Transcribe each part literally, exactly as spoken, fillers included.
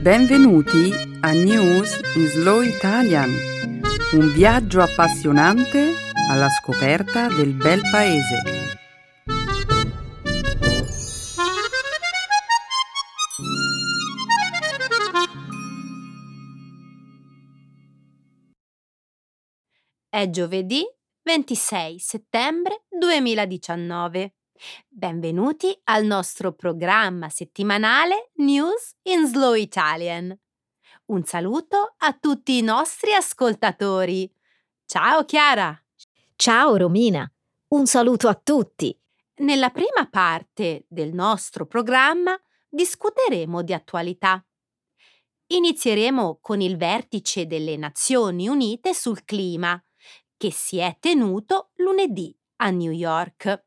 Benvenuti a News in Slow Italian, un viaggio appassionante alla scoperta del bel paese. È giovedì ventisei settembre duemiladiciannove. Benvenuti al nostro programma settimanale News in Slow Italian. Un saluto a tutti i nostri ascoltatori. Ciao Chiara! Ciao Romina, un saluto a tutti. Nella prima parte del nostro programma discuteremo di attualità. Inizieremo con il vertice delle Nazioni Unite sul clima, che si è tenuto lunedì a New York.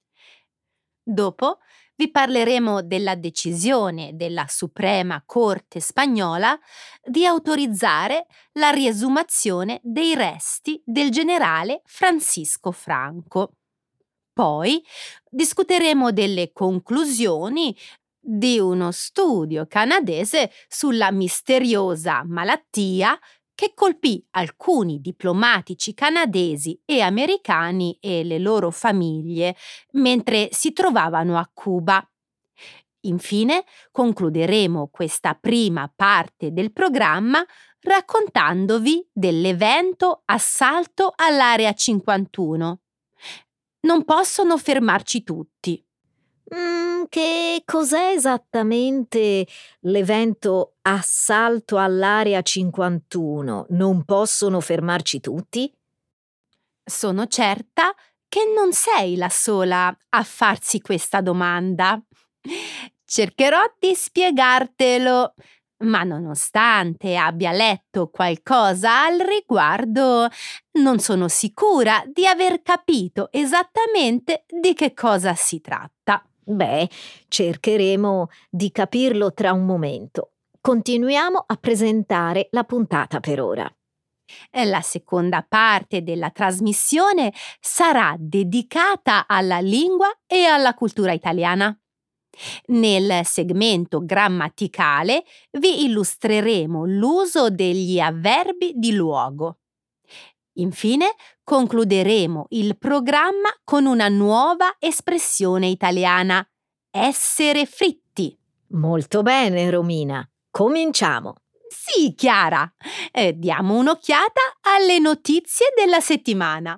Dopo vi parleremo della decisione della Suprema Corte spagnola di autorizzare la riesumazione dei resti del generale Francisco Franco. Poi discuteremo delle conclusioni di uno studio canadese sulla misteriosa malattia che colpì alcuni diplomatici canadesi e americani e le loro famiglie mentre si trovavano a Cuba. Infine, concluderemo questa prima parte del programma raccontandovi dell'evento assalto all'Area cinquantuno. Non possono fermarci tutti. Mm, che cos'è esattamente l'evento assalto all'Area cinquantuno? Non possono fermarci tutti? Sono certa che non sei la sola a farsi questa domanda. Cercherò di spiegartelo, ma nonostante abbia letto qualcosa al riguardo, non sono sicura di aver capito esattamente di che cosa si tratta. Beh, cercheremo di capirlo tra un momento. Continuiamo a presentare la puntata per ora. La seconda parte della trasmissione sarà dedicata alla lingua e alla cultura italiana. Nel segmento grammaticale vi illustreremo l'uso degli avverbi di luogo. Infine, concluderemo il programma con una nuova espressione italiana: essere fritti. Molto bene, Romina. Cominciamo. Sì, Chiara. Eh, diamo un'occhiata alle notizie della settimana.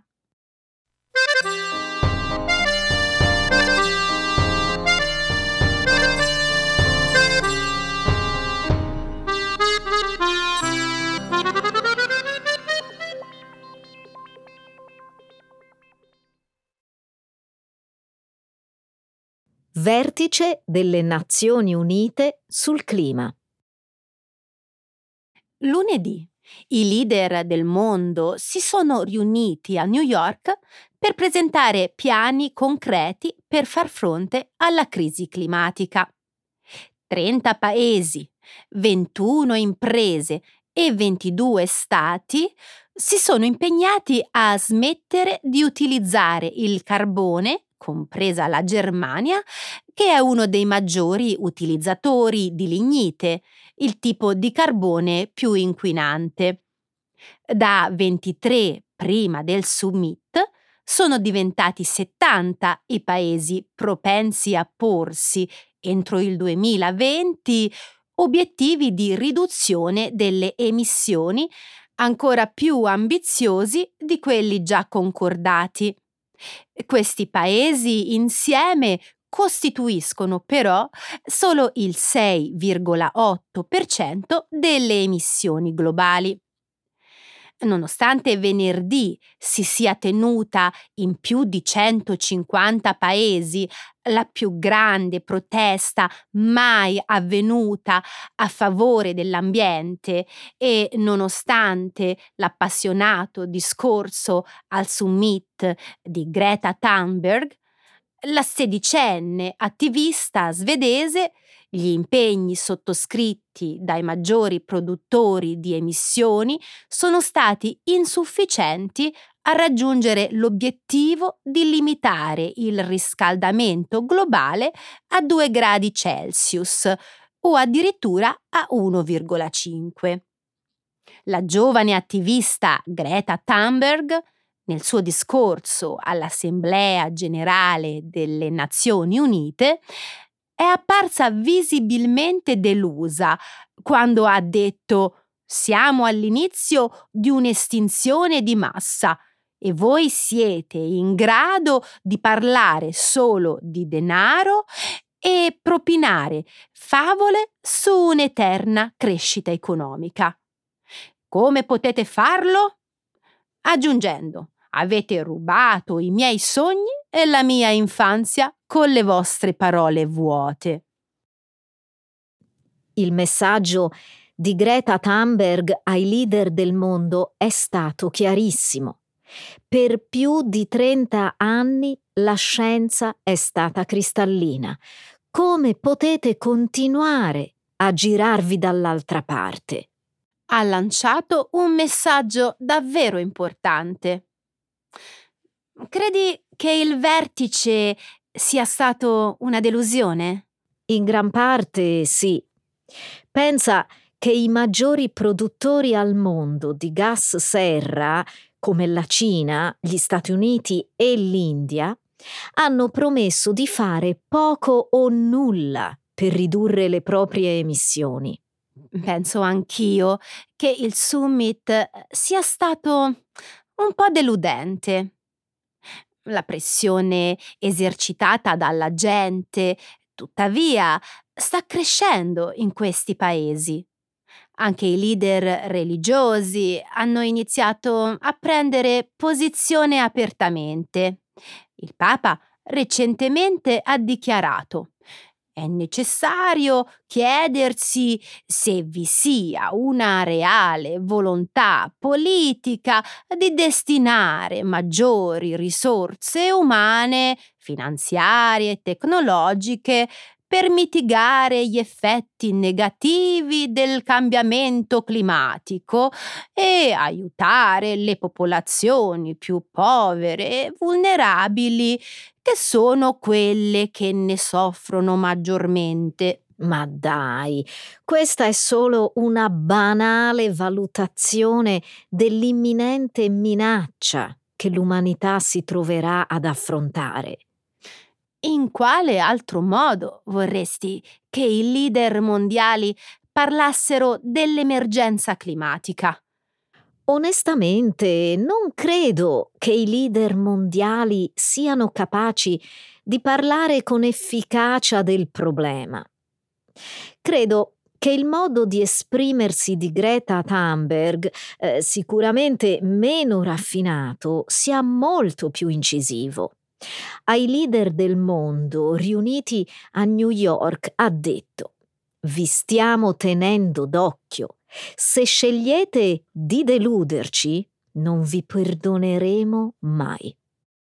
Vertice delle Nazioni Unite sul clima. Lunedì i leader del mondo si sono riuniti a New York per presentare piani concreti per far fronte alla crisi climatica. trenta paesi, ventuno imprese e ventidue stati si sono impegnati a smettere di utilizzare il carbone, compresa la Germania, che è uno dei maggiori utilizzatori di lignite, il tipo di carbone più inquinante. Da ventitré prima del summit sono diventati settanta i paesi propensi a porsi entro il duemilaventi obiettivi di riduzione delle emissioni ancora più ambiziosi di quelli già concordati. Questi paesi insieme costituiscono però solo il sei virgola otto per cento delle emissioni globali. Nonostante venerdì si sia tenuta in più di centocinquanta paesi la più grande protesta mai avvenuta a favore dell'ambiente e nonostante l'appassionato discorso al summit di Greta Thunberg, la sedicenne attivista svedese, gli impegni sottoscritti dai maggiori produttori di emissioni sono stati insufficienti a raggiungere l'obiettivo di limitare il riscaldamento globale a due gradi Celsius, o addirittura a uno virgola cinque. La giovane attivista Greta Thunberg, nel suo discorso all'Assemblea Generale delle Nazioni Unite, è apparsa visibilmente delusa quando ha detto: «Siamo all'inizio di un'estinzione di massa e voi siete in grado di parlare solo di denaro e propinare favole su un'eterna crescita economica. Come potete farlo?» Aggiungendo: «Avete rubato i miei sogni e la mia infanzia con le vostre parole vuote». Il messaggio di Greta Thunberg ai leader del mondo è stato chiarissimo. Per più di trenta anni la scienza è stata cristallina. Come potete continuare a girarvi dall'altra parte? Ha lanciato un messaggio davvero importante. Credi che il vertice sia stato una delusione? In gran parte sì. Pensa che i maggiori produttori al mondo di gas serra, come la Cina, gli Stati Uniti e l'India, hanno promesso di fare poco o nulla per ridurre le proprie emissioni. Penso anch'io che il summit sia stato un po' deludente. La pressione esercitata dalla gente, tuttavia, sta crescendo in questi paesi. Anche i leader religiosi hanno iniziato a prendere posizione apertamente. Il Papa recentemente ha dichiarato: «È necessario chiedersi se vi sia una reale volontà politica di destinare maggiori risorse umane, finanziarie e tecnologiche per mitigare gli effetti negativi del cambiamento climatico e aiutare le popolazioni più povere e vulnerabili, che sono quelle che ne soffrono maggiormente». Ma dai, questa è solo una banale valutazione dell'imminente minaccia che l'umanità si troverà ad affrontare. In quale altro modo vorresti che i leader mondiali parlassero dell'emergenza climatica? Onestamente, non credo che i leader mondiali siano capaci di parlare con efficacia del problema. Credo che il modo di esprimersi di Greta Thunberg, eh, sicuramente meno raffinato, sia molto più incisivo. Ai leader del mondo riuniti a New York ha detto: «Vi stiamo tenendo d'occhio. Se scegliete di deluderci, non vi perdoneremo mai».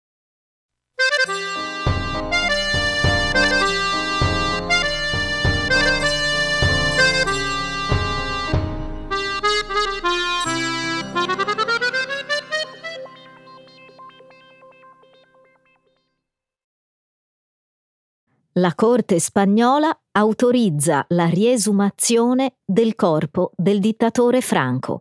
La Corte spagnola autorizza la riesumazione del corpo del dittatore Franco.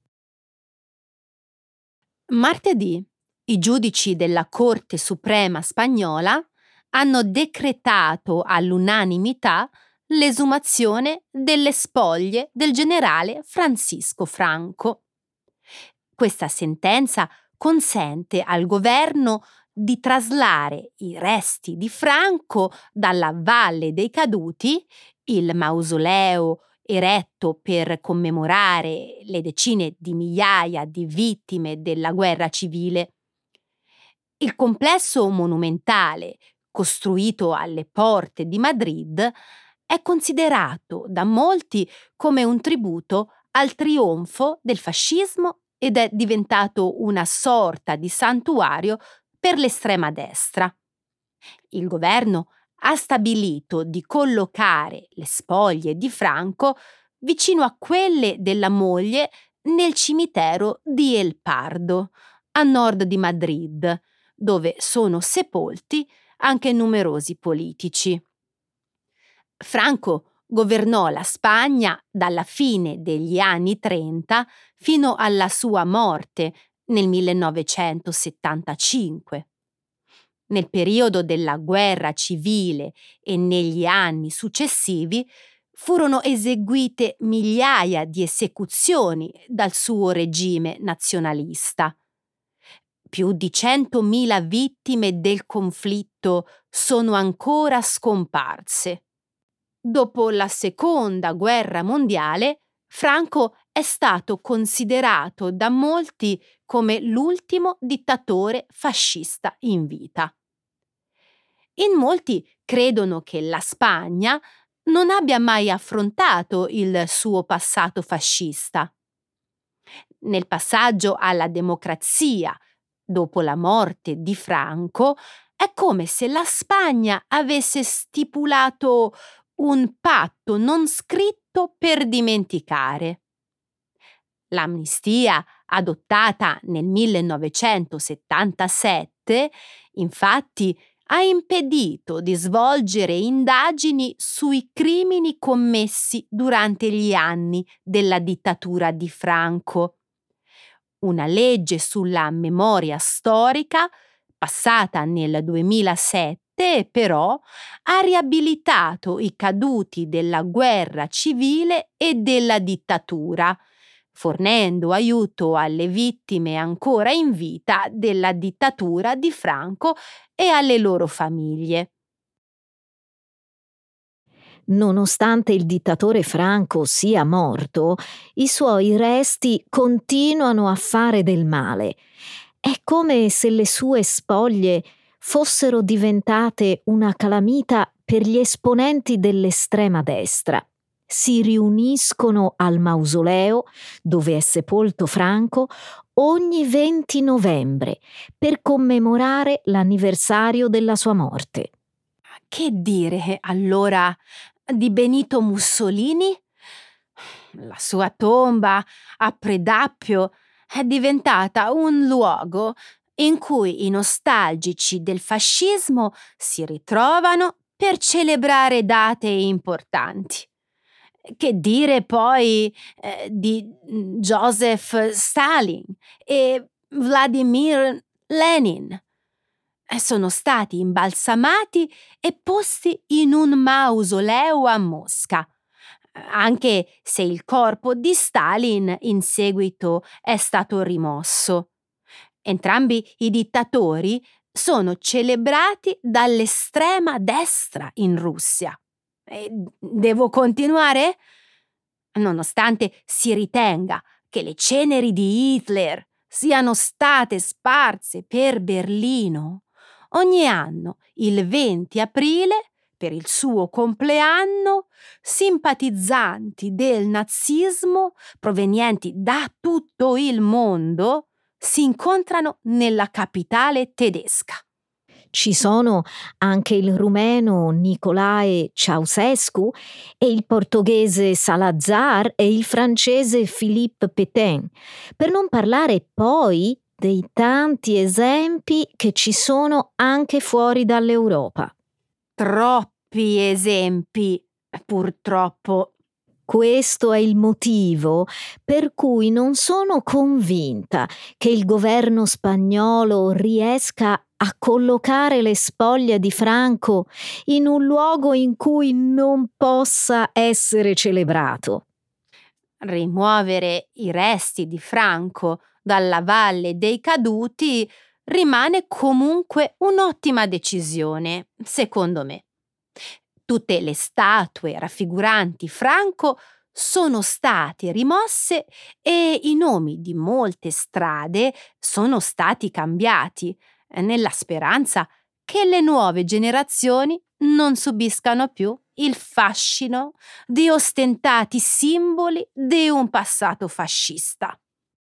Martedì i giudici della Corte Suprema spagnola hanno decretato all'unanimità l'esumazione delle spoglie del generale Francisco Franco. Questa sentenza consente al governo di traslare i resti di Franco dalla Valle dei Caduti, il mausoleo eretto per commemorare le decine di migliaia di vittime della guerra civile. Il complesso monumentale, costruito alle porte di Madrid, è considerato da molti come un tributo al trionfo del fascismo ed è diventato una sorta di santuario per l'estrema destra. Il governo ha stabilito di collocare le spoglie di Franco vicino a quelle della moglie nel cimitero di El Pardo, a nord di Madrid, dove sono sepolti anche numerosi politici. Franco governò la Spagna dalla fine degli anni trenta fino alla sua morte nel millenovecentosettantacinque. Nel periodo della guerra civile e negli anni successivi furono eseguite migliaia di esecuzioni dal suo regime nazionalista. Più di centomila vittime del conflitto sono ancora scomparse. Dopo la Seconda Guerra Mondiale, Franco è stato considerato da molti come l'ultimo dittatore fascista in vita. In molti credono che la Spagna non abbia mai affrontato il suo passato fascista. Nel passaggio alla democrazia, dopo la morte di Franco, è come se la Spagna avesse stipulato un patto non scritto per dimenticare. L'amnistia, adottata nel millenovecentosettantasette, infatti, ha impedito di svolgere indagini sui crimini commessi durante gli anni della dittatura di Franco. Una legge sulla memoria storica, passata nel duemilasette, però, ha riabilitato i caduti della guerra civile e della dittatura, fornendo aiuto alle vittime ancora in vita della dittatura di Franco e alle loro famiglie. Nonostante il dittatore Franco sia morto, i suoi resti continuano a fare del male. È come se le sue spoglie fossero diventate una calamita per gli esponenti dell'estrema destra. Si riuniscono al mausoleo, dove è sepolto Franco, ogni venti novembre per commemorare l'anniversario della sua morte. Che dire allora di Benito Mussolini? La sua tomba a Predappio è diventata un luogo in cui i nostalgici del fascismo si ritrovano per celebrare date importanti. Che dire poi eh, di Joseph Stalin e Vladimir Lenin? Sono stati imbalsamati e posti in un mausoleo a Mosca, anche se il corpo di Stalin in seguito è stato rimosso. Entrambi i dittatori sono celebrati dall'estrema destra in Russia. E devo continuare? Nonostante si ritenga che le ceneri di Hitler siano state sparse per Berlino, ogni anno, il venti aprile, per il suo compleanno, simpatizzanti del nazismo provenienti da tutto il mondo si incontrano nella capitale tedesca. Ci sono anche il rumeno Nicolae Ceausescu e il portoghese Salazar e il francese Philippe Pétain, per non parlare poi dei tanti esempi che ci sono anche fuori dall'Europa. Troppi esempi, purtroppo. Questo è il motivo per cui non sono convinta che il governo spagnolo riesca a collocare le spoglie di Franco in un luogo in cui non possa essere celebrato. Rimuovere i resti di Franco dalla Valle dei Caduti rimane comunque un'ottima decisione, secondo me. Tutte le statue raffiguranti Franco sono state rimosse e i nomi di molte strade sono stati cambiati, nella speranza che le nuove generazioni non subiscano più il fascino di ostentati simboli di un passato fascista.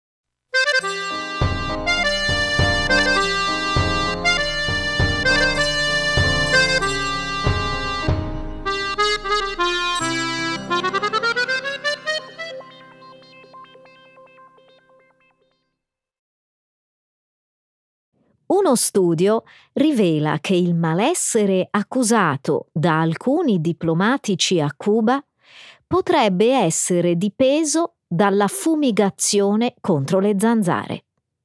Uno studio rivela che il malessere accusato da alcuni diplomatici a Cuba potrebbe essere dipeso dalla fumigazione contro le zanzare.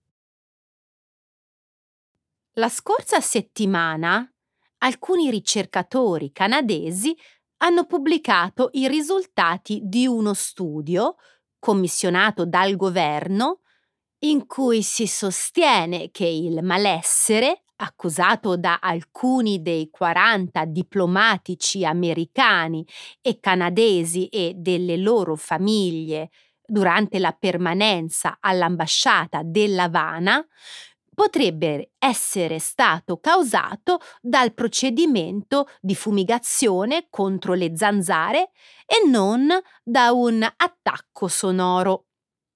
La scorsa settimana alcuni ricercatori canadesi hanno pubblicato i risultati di uno studio commissionato dal governo in cui si sostiene che il malessere, accusato da alcuni dei quaranta diplomatici americani e canadesi e delle loro famiglie durante la permanenza all'ambasciata dell'Havana, potrebbe essere stato causato dal procedimento di fumigazione contro le zanzare e non da un attacco sonoro.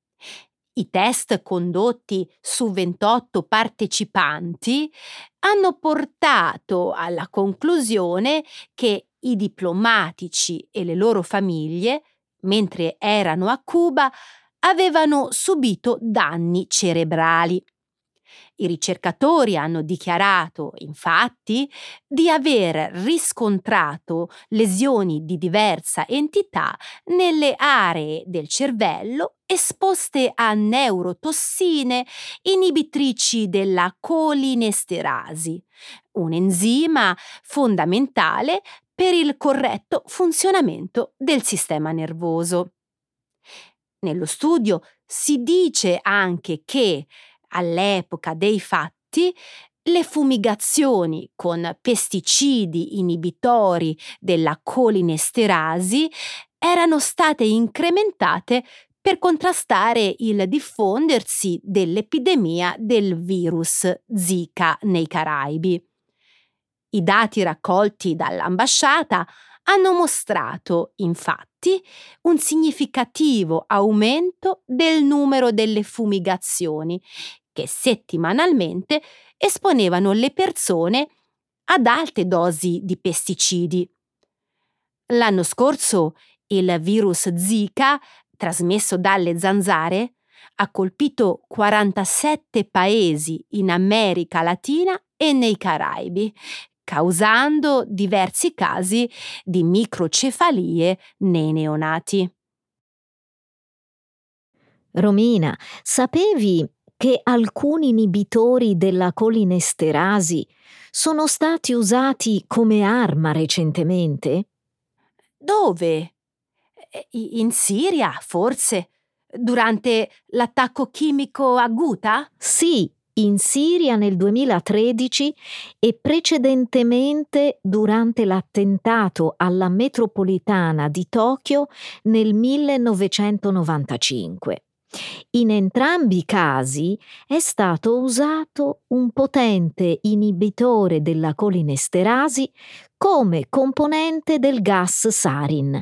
I test condotti su ventotto partecipanti hanno portato alla conclusione che i diplomatici e le loro famiglie, mentre erano a Cuba, avevano subito danni cerebrali. I ricercatori hanno dichiarato, infatti, di aver riscontrato lesioni di diversa entità nelle aree del cervello esposte a neurotossine inibitrici della colinesterasi, un enzima fondamentale per il corretto funzionamento del sistema nervoso. Nello studio si dice anche che, all'epoca dei fatti, le fumigazioni con pesticidi inibitori della colinesterasi erano state incrementate per contrastare il diffondersi dell'epidemia del virus Zika nei Caraibi. I dati raccolti dall'ambasciata hanno mostrato, infatti, un significativo aumento del numero delle fumigazioni che settimanalmente esponevano le persone ad alte dosi di pesticidi. L'anno scorso il virus Zika, trasmesso dalle zanzare, ha colpito quarantasette paesi in America Latina e nei Caraibi, causando diversi casi di microcefalie nei neonati. Romina, sapevi che alcuni inibitori della colinesterasi sono stati usati come arma recentemente? Dove? In Siria, forse? Durante l'attacco chimico a Ghouta? Sì, in Siria nel duemilatredici e precedentemente durante l'attentato alla metropolitana di Tokyo nel millenovecentonovantacinque. In entrambi i casi è stato usato un potente inibitore della colinesterasi come componente del gas sarin.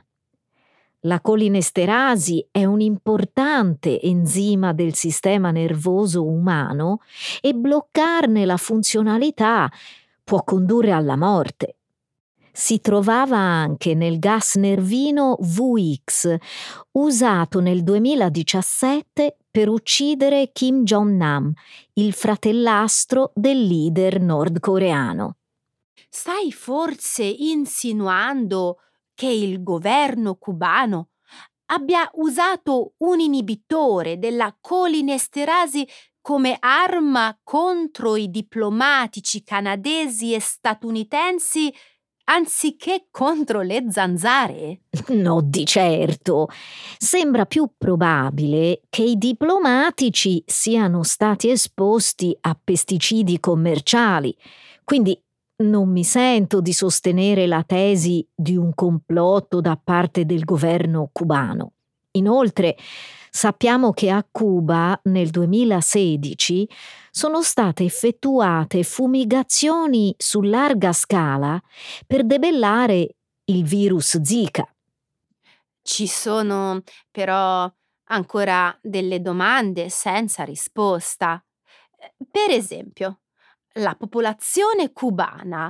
La colinesterasi è un importante enzima del sistema nervoso umano e bloccarne la funzionalità può condurre alla morte. Si trovava anche nel gas nervino V X, usato nel duemiladiciassette per uccidere Kim Jong-nam, il fratellastro del leader nordcoreano. Stai forse insinuando che il governo cubano abbia usato un inibitore della colinesterasi come arma contro i diplomatici canadesi e statunitensi anziché contro le zanzare? No, di certo. Sembra più probabile che i diplomatici siano stati esposti a pesticidi commerciali, quindi non mi sento di sostenere la tesi di un complotto da parte del governo cubano. Inoltre, sappiamo che a Cuba nel duemilasedici sono state effettuate fumigazioni su larga scala per debellare il virus Zika. Ci sono però ancora delle domande senza risposta. Per esempio, la popolazione cubana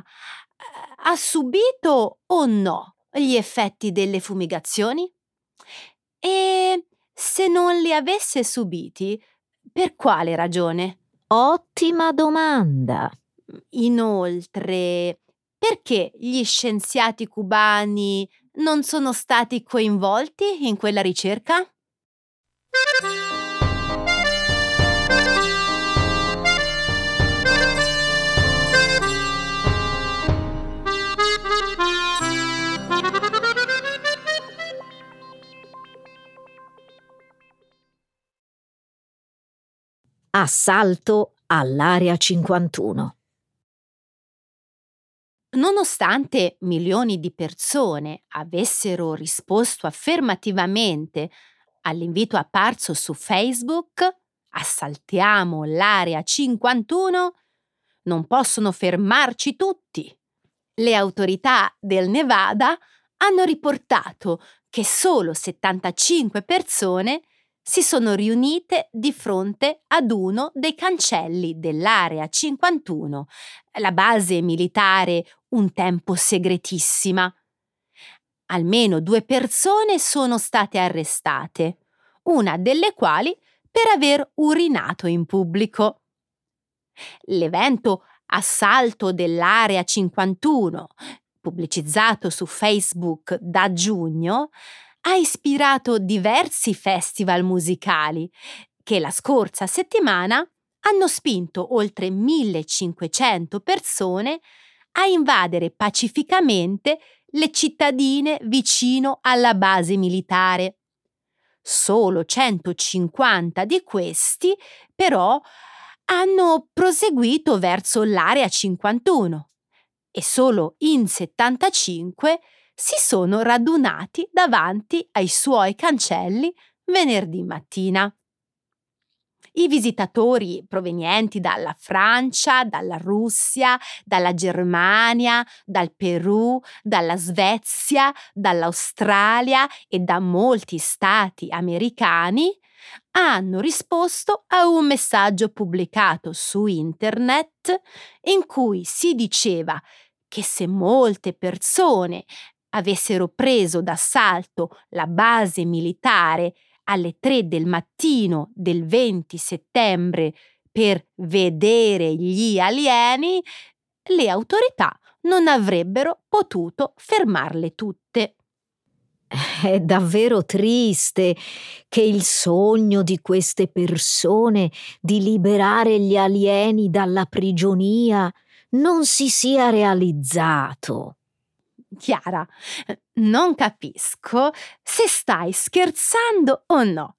ha subito o no gli effetti delle fumigazioni? E se non li avesse subiti, per quale ragione? Ottima domanda. Inoltre, perché gli scienziati cubani non sono stati coinvolti in quella ricerca? Assalto all'Area cinquantuno. Nonostante milioni di persone avessero risposto affermativamente all'invito apparso su Facebook, assaltiamo l'Area cinquantuno, non possono fermarci tutti. Le autorità del Nevada hanno riportato che solo settantacinque persone si sono riunite di fronte ad uno dei cancelli dell'Area cinquantuno, la base militare un tempo segretissima. Almeno due persone sono state arrestate, una delle quali per aver urinato in pubblico. L'evento Assalto dell'Area cinquantuno, pubblicizzato su Facebook da giugno, ha ispirato diversi festival musicali che la scorsa settimana hanno spinto oltre millecinquecento persone a invadere pacificamente le cittadine vicino alla base militare. Solo centocinquanta di questi, però, hanno proseguito verso l'Area cinquantuno e solo in settantacinque si sono radunati davanti ai suoi cancelli venerdì mattina. I visitatori provenienti dalla Francia, dalla Russia, dalla Germania, dal Perù, dalla Svezia, dall'Australia e da molti stati americani hanno risposto a un messaggio pubblicato su internet in cui si diceva che se molte persone avessero preso d'assalto la base militare alle tre del mattino del venti settembre per vedere gli alieni, le autorità non avrebbero potuto fermarle tutte. È davvero triste che il sogno di queste persone di liberare gli alieni dalla prigionia non si sia realizzato. Chiara, non capisco se stai scherzando o no.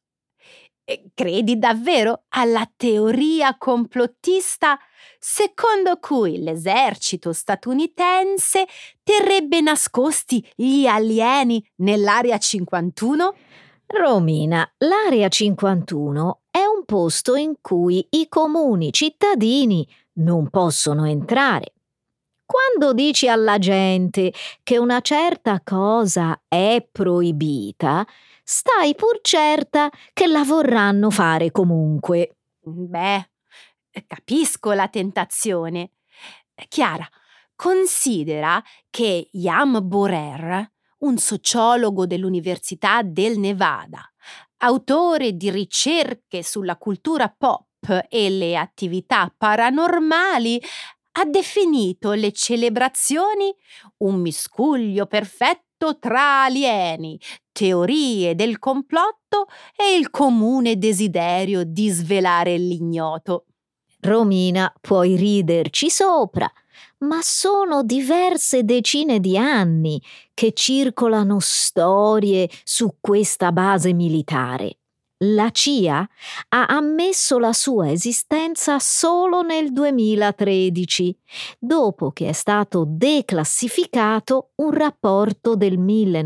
Credi davvero alla teoria complottista secondo cui l'esercito statunitense terrebbe nascosti gli alieni nell'Area cinquantuno? Romina, l'Area cinquantuno è un posto in cui i comuni cittadini non possono entrare. Quando dici alla gente che una certa cosa è proibita, stai pur certa che la vorranno fare comunque. Beh, capisco la tentazione. Chiara, considera che Yam Borer, un sociologo dell'Università del Nevada, autore di ricerche sulla cultura pop e le attività paranormali, ha definito le celebrazioni un miscuglio perfetto tra alieni, teorie del complotto e il comune desiderio di svelare l'ignoto. Romina, puoi riderci sopra, ma sono diverse decine di anni che circolano storie su questa base militare. La C I A ha ammesso la sua esistenza solo nel duemilatredici, dopo che è stato declassificato un rapporto del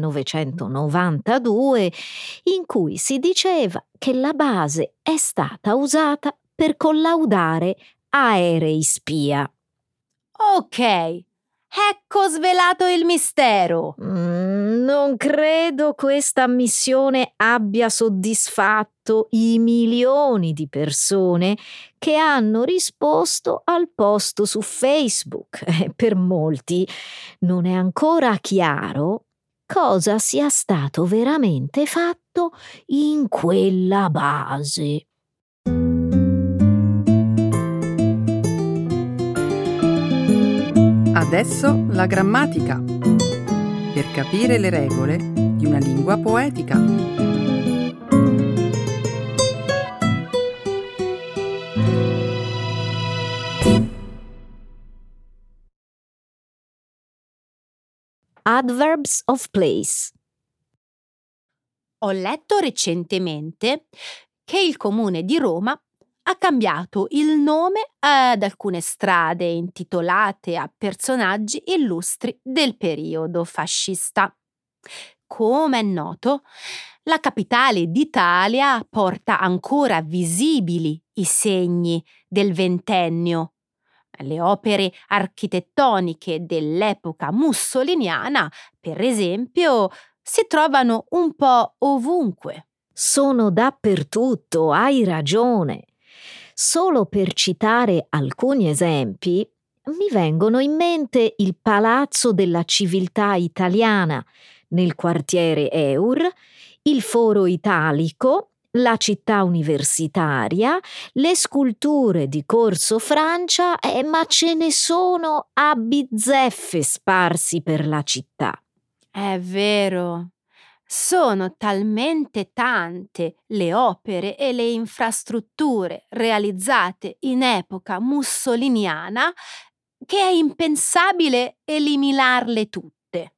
millenovecentonovantadue in cui si diceva che la base è stata usata per collaudare aerei spia. Ok, ecco svelato il mistero. Mm, non credo questa ammissione abbia soddisfatto i milioni di persone che hanno risposto al post su Facebook. Per molti non è ancora chiaro cosa sia stato veramente fatto in quella base. adesso la grammatica, per capire le regole di una lingua poetica. Adverbs of place. Ho letto recentemente che il Comune di Roma ha cambiato il nome ad alcune strade intitolate a personaggi illustri del periodo fascista. Come è noto, la capitale d'Italia porta ancora visibili i segni del ventennio. Le opere architettoniche dell'epoca mussoliniana, per esempio, si trovano un po' ovunque. Sono dappertutto, hai ragione. Solo per citare alcuni esempi, mi vengono in mente il Palazzo della Civiltà Italiana nel quartiere Eur, il Foro Italico, la città universitaria, le sculture di Corso Francia, eh, ma ce ne sono a bizzeffe sparsi per la città. È vero. Sono talmente tante le opere e le infrastrutture realizzate in epoca mussoliniana che è impensabile eliminarle tutte.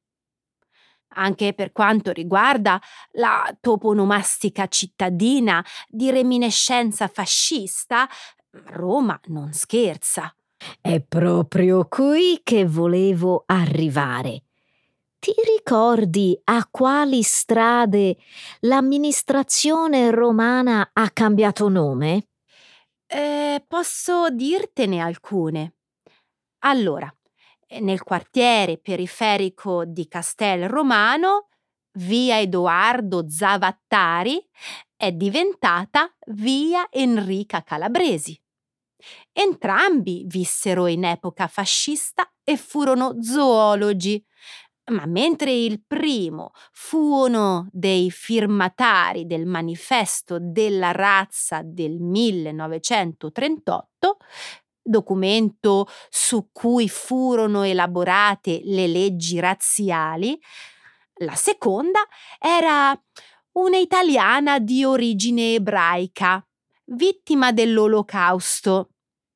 Anche per quanto riguarda la toponomastica cittadina di reminiscenza fascista, Roma non scherza. È proprio qui che volevo arrivare. Ti ricordi a quali strade l'amministrazione romana ha cambiato nome? Eh, posso dirtene alcune. Allora, nel quartiere periferico di Castel Romano, via Edoardo Zavattari è diventata via Enrica Calabresi. Entrambi vissero in epoca fascista e furono zoologi. Ma mentre il primo fu uno dei firmatari del Manifesto della razza del millenovecentotrentotto, documento su cui furono elaborate le leggi razziali, la seconda era una italiana di origine ebraica, vittima dell'Olocausto.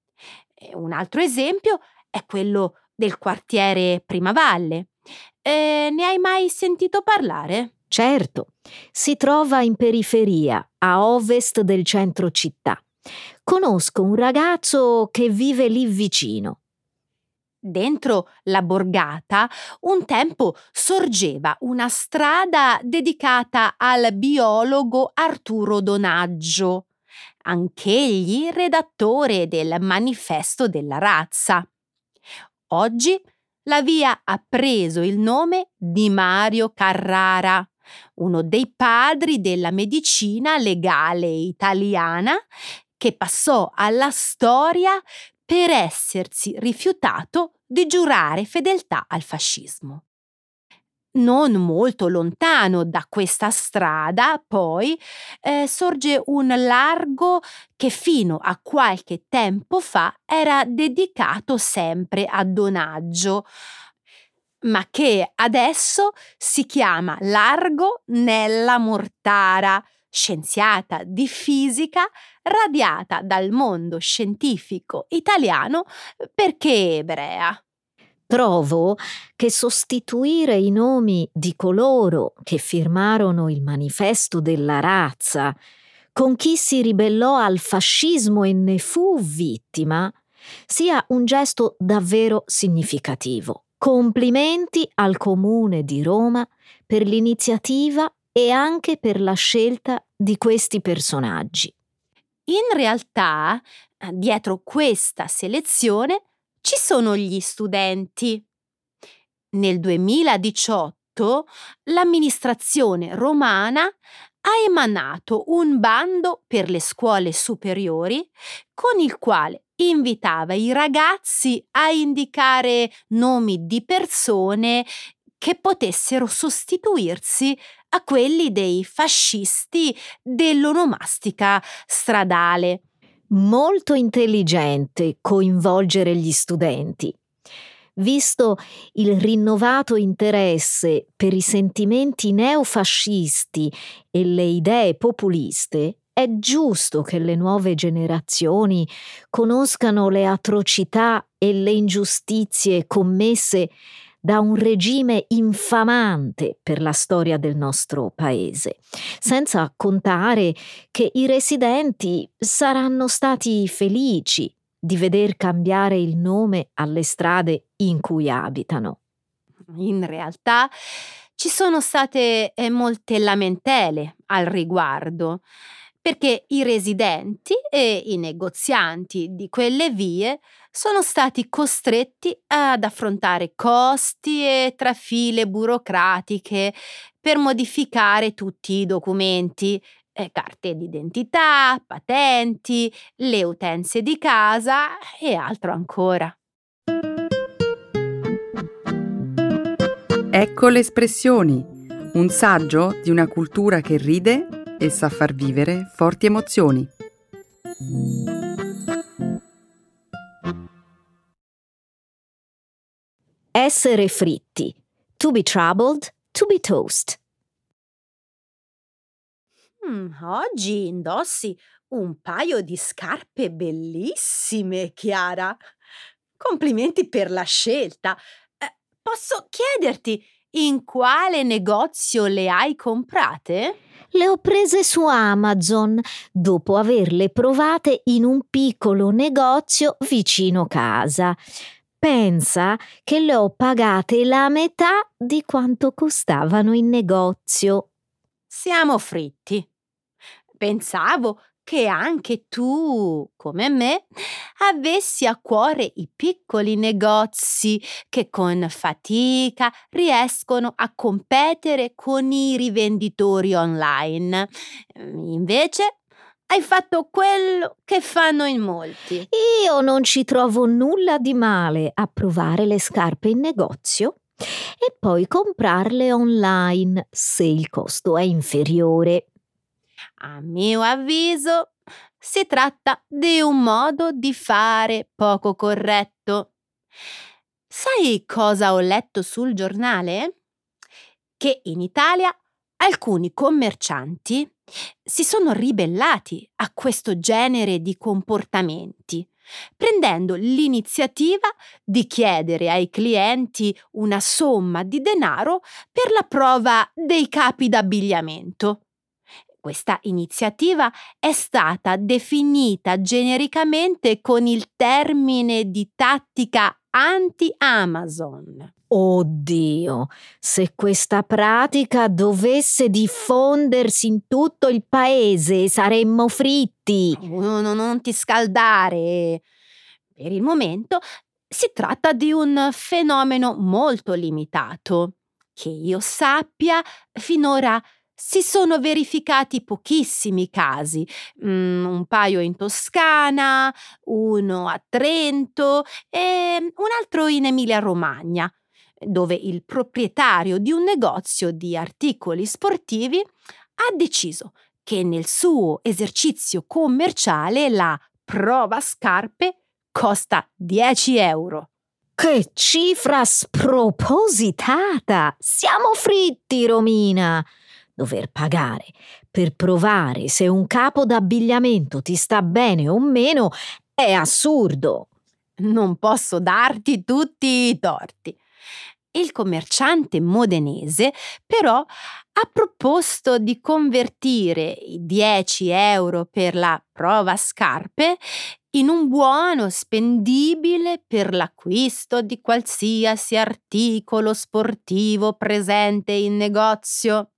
E un altro esempio è quello del quartiere Primavalle. Eh, ne hai mai sentito parlare? Certo, si trova in periferia, a ovest del centro città. Conosco un ragazzo che vive lì vicino. Dentro la borgata un tempo sorgeva una strada dedicata al biologo Arturo Donaggio, anch'egli redattore del Manifesto della razza. Oggi la via ha preso il nome di Mario Carrara, uno dei padri della medicina legale italiana che passò alla storia per essersi rifiutato di giurare fedeltà al fascismo. Non molto lontano da questa strada, poi, eh, sorge un largo che fino a qualche tempo fa era dedicato sempre a Donaggio, ma che adesso si chiama Largo Nella Mortara, scienziata di fisica radiata dal mondo scientifico italiano perché ebrea. Trovo che sostituire i nomi di coloro che firmarono il Manifesto della razza con chi si ribellò al fascismo e ne fu vittima sia un gesto davvero significativo. Complimenti al Comune di Roma per l'iniziativa e anche per la scelta di questi personaggi. In realtà, dietro questa selezione ci sono gli studenti. Nel duemiladiciotto l'amministrazione romana ha emanato un bando per le scuole superiori con il quale invitava i ragazzi a indicare nomi di persone che potessero sostituirsi a quelli dei fascisti dell'onomastica stradale. Molto intelligente coinvolgere gli studenti. Visto il rinnovato interesse per i sentimenti neofascisti e le idee populiste, è giusto che le nuove generazioni conoscano le atrocità e le ingiustizie commesse da un regime infamante per la storia del nostro paese, senza contare che i residenti saranno stati felici di veder cambiare il nome alle strade in cui abitano. In realtà ci sono state eh, molte lamentele al riguardo, perché i residenti e i negozianti di quelle vie sono stati costretti ad affrontare costi e trafile burocratiche per modificare tutti i documenti, eh, carte d'identità, patenti, le utenze di casa e altro ancora. Ecco le espressioni, un saggio di una cultura che ride e sa far vivere forti emozioni. Essere fritti. To be troubled, to be toast. Mm, oggi indossi un paio di scarpe bellissime, Chiara. Complimenti per la scelta. Eh, posso chiederti in quale negozio le hai comprate? Le ho prese su Amazon dopo averle provate in un piccolo negozio vicino casa. Pensa che le ho pagate la metà di quanto costavano in negozio. Siamo fritti. Pensavo che anche tu, come me, avessi a cuore i piccoli negozi che con fatica riescono a competere con i rivenditori online. Invece hai fatto quello che fanno in molti. Io non ci trovo nulla di male a provare le scarpe in negozio e poi comprarle online se il costo è inferiore. A mio avviso, si tratta di un modo di fare poco corretto. Sai cosa ho letto sul giornale? Che in Italia alcuni commercianti si sono ribellati a questo genere di comportamenti, prendendo l'iniziativa di chiedere ai clienti una somma di denaro per la prova dei capi d'abbigliamento. Questa iniziativa è stata definita genericamente con il termine di tattica anti-Amazon. Oddio, se questa pratica dovesse diffondersi in tutto il paese saremmo fritti. No, no, non ti scaldare. Per il momento si tratta di un fenomeno molto limitato. Che io sappia, finora si sono verificati pochissimi casi, mm, un paio in Toscana, uno a Trento e un altro in Emilia-Romagna, dove il proprietario di un negozio di articoli sportivi ha deciso che nel suo esercizio commerciale la prova scarpe costa dieci euro. Che cifra spropositata! Siamo fritti, Romina! Dover pagare per provare se un capo d'abbigliamento ti sta bene o meno è assurdo. Non posso darti tutti i torti. Il commerciante modenese però ha proposto di convertire i dieci euro per la prova scarpe in un buono spendibile per l'acquisto di qualsiasi articolo sportivo presente in negozio.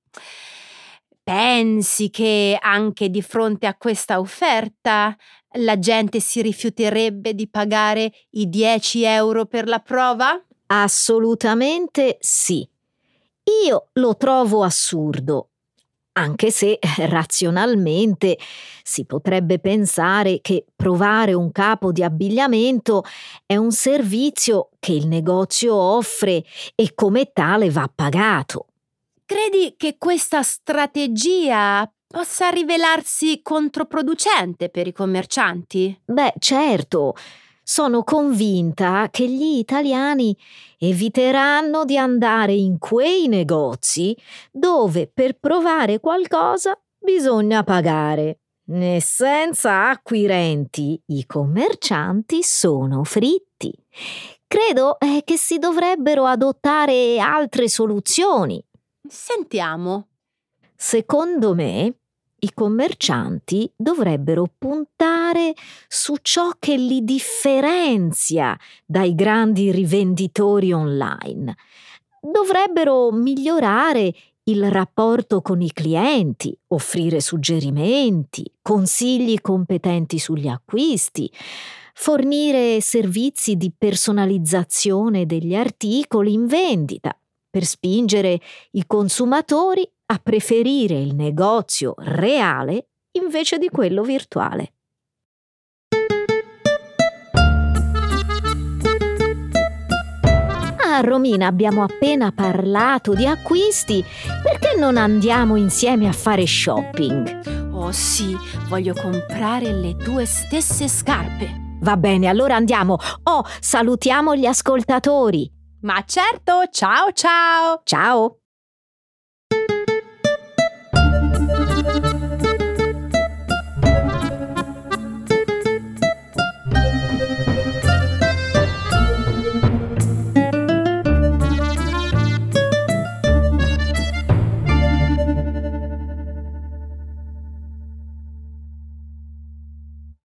Pensi che anche di fronte a questa offerta la gente si rifiuterebbe di pagare i dieci euro per la prova? Assolutamente sì. Io lo trovo assurdo, anche se razionalmente si potrebbe pensare che provare un capo di abbigliamento è un servizio che il negozio offre e come tale va pagato. Credi che questa strategia possa rivelarsi controproducente per i commercianti? Beh, certo, Sono convinta che gli italiani eviteranno di andare in quei negozi dove per provare qualcosa bisogna pagare. E senza acquirenti i commercianti sono fritti. Credo eh, che si dovrebbero adottare altre soluzioni. Sentiamo. Secondo me, i commercianti dovrebbero puntare su ciò che li differenzia dai grandi rivenditori online. Dovrebbero migliorare il rapporto con i clienti, offrire suggerimenti, consigli competenti sugli acquisti, fornire servizi di personalizzazione degli articoli in vendita per spingere i consumatori a preferire il negozio reale invece di quello virtuale. Ah, Romina, abbiamo appena parlato di acquisti. Perché non andiamo insieme a fare shopping? Oh sì, voglio comprare le tue stesse scarpe. Va bene, allora andiamo. Oh, salutiamo gli ascoltatori. Ma certo, ciao ciao! Ciao!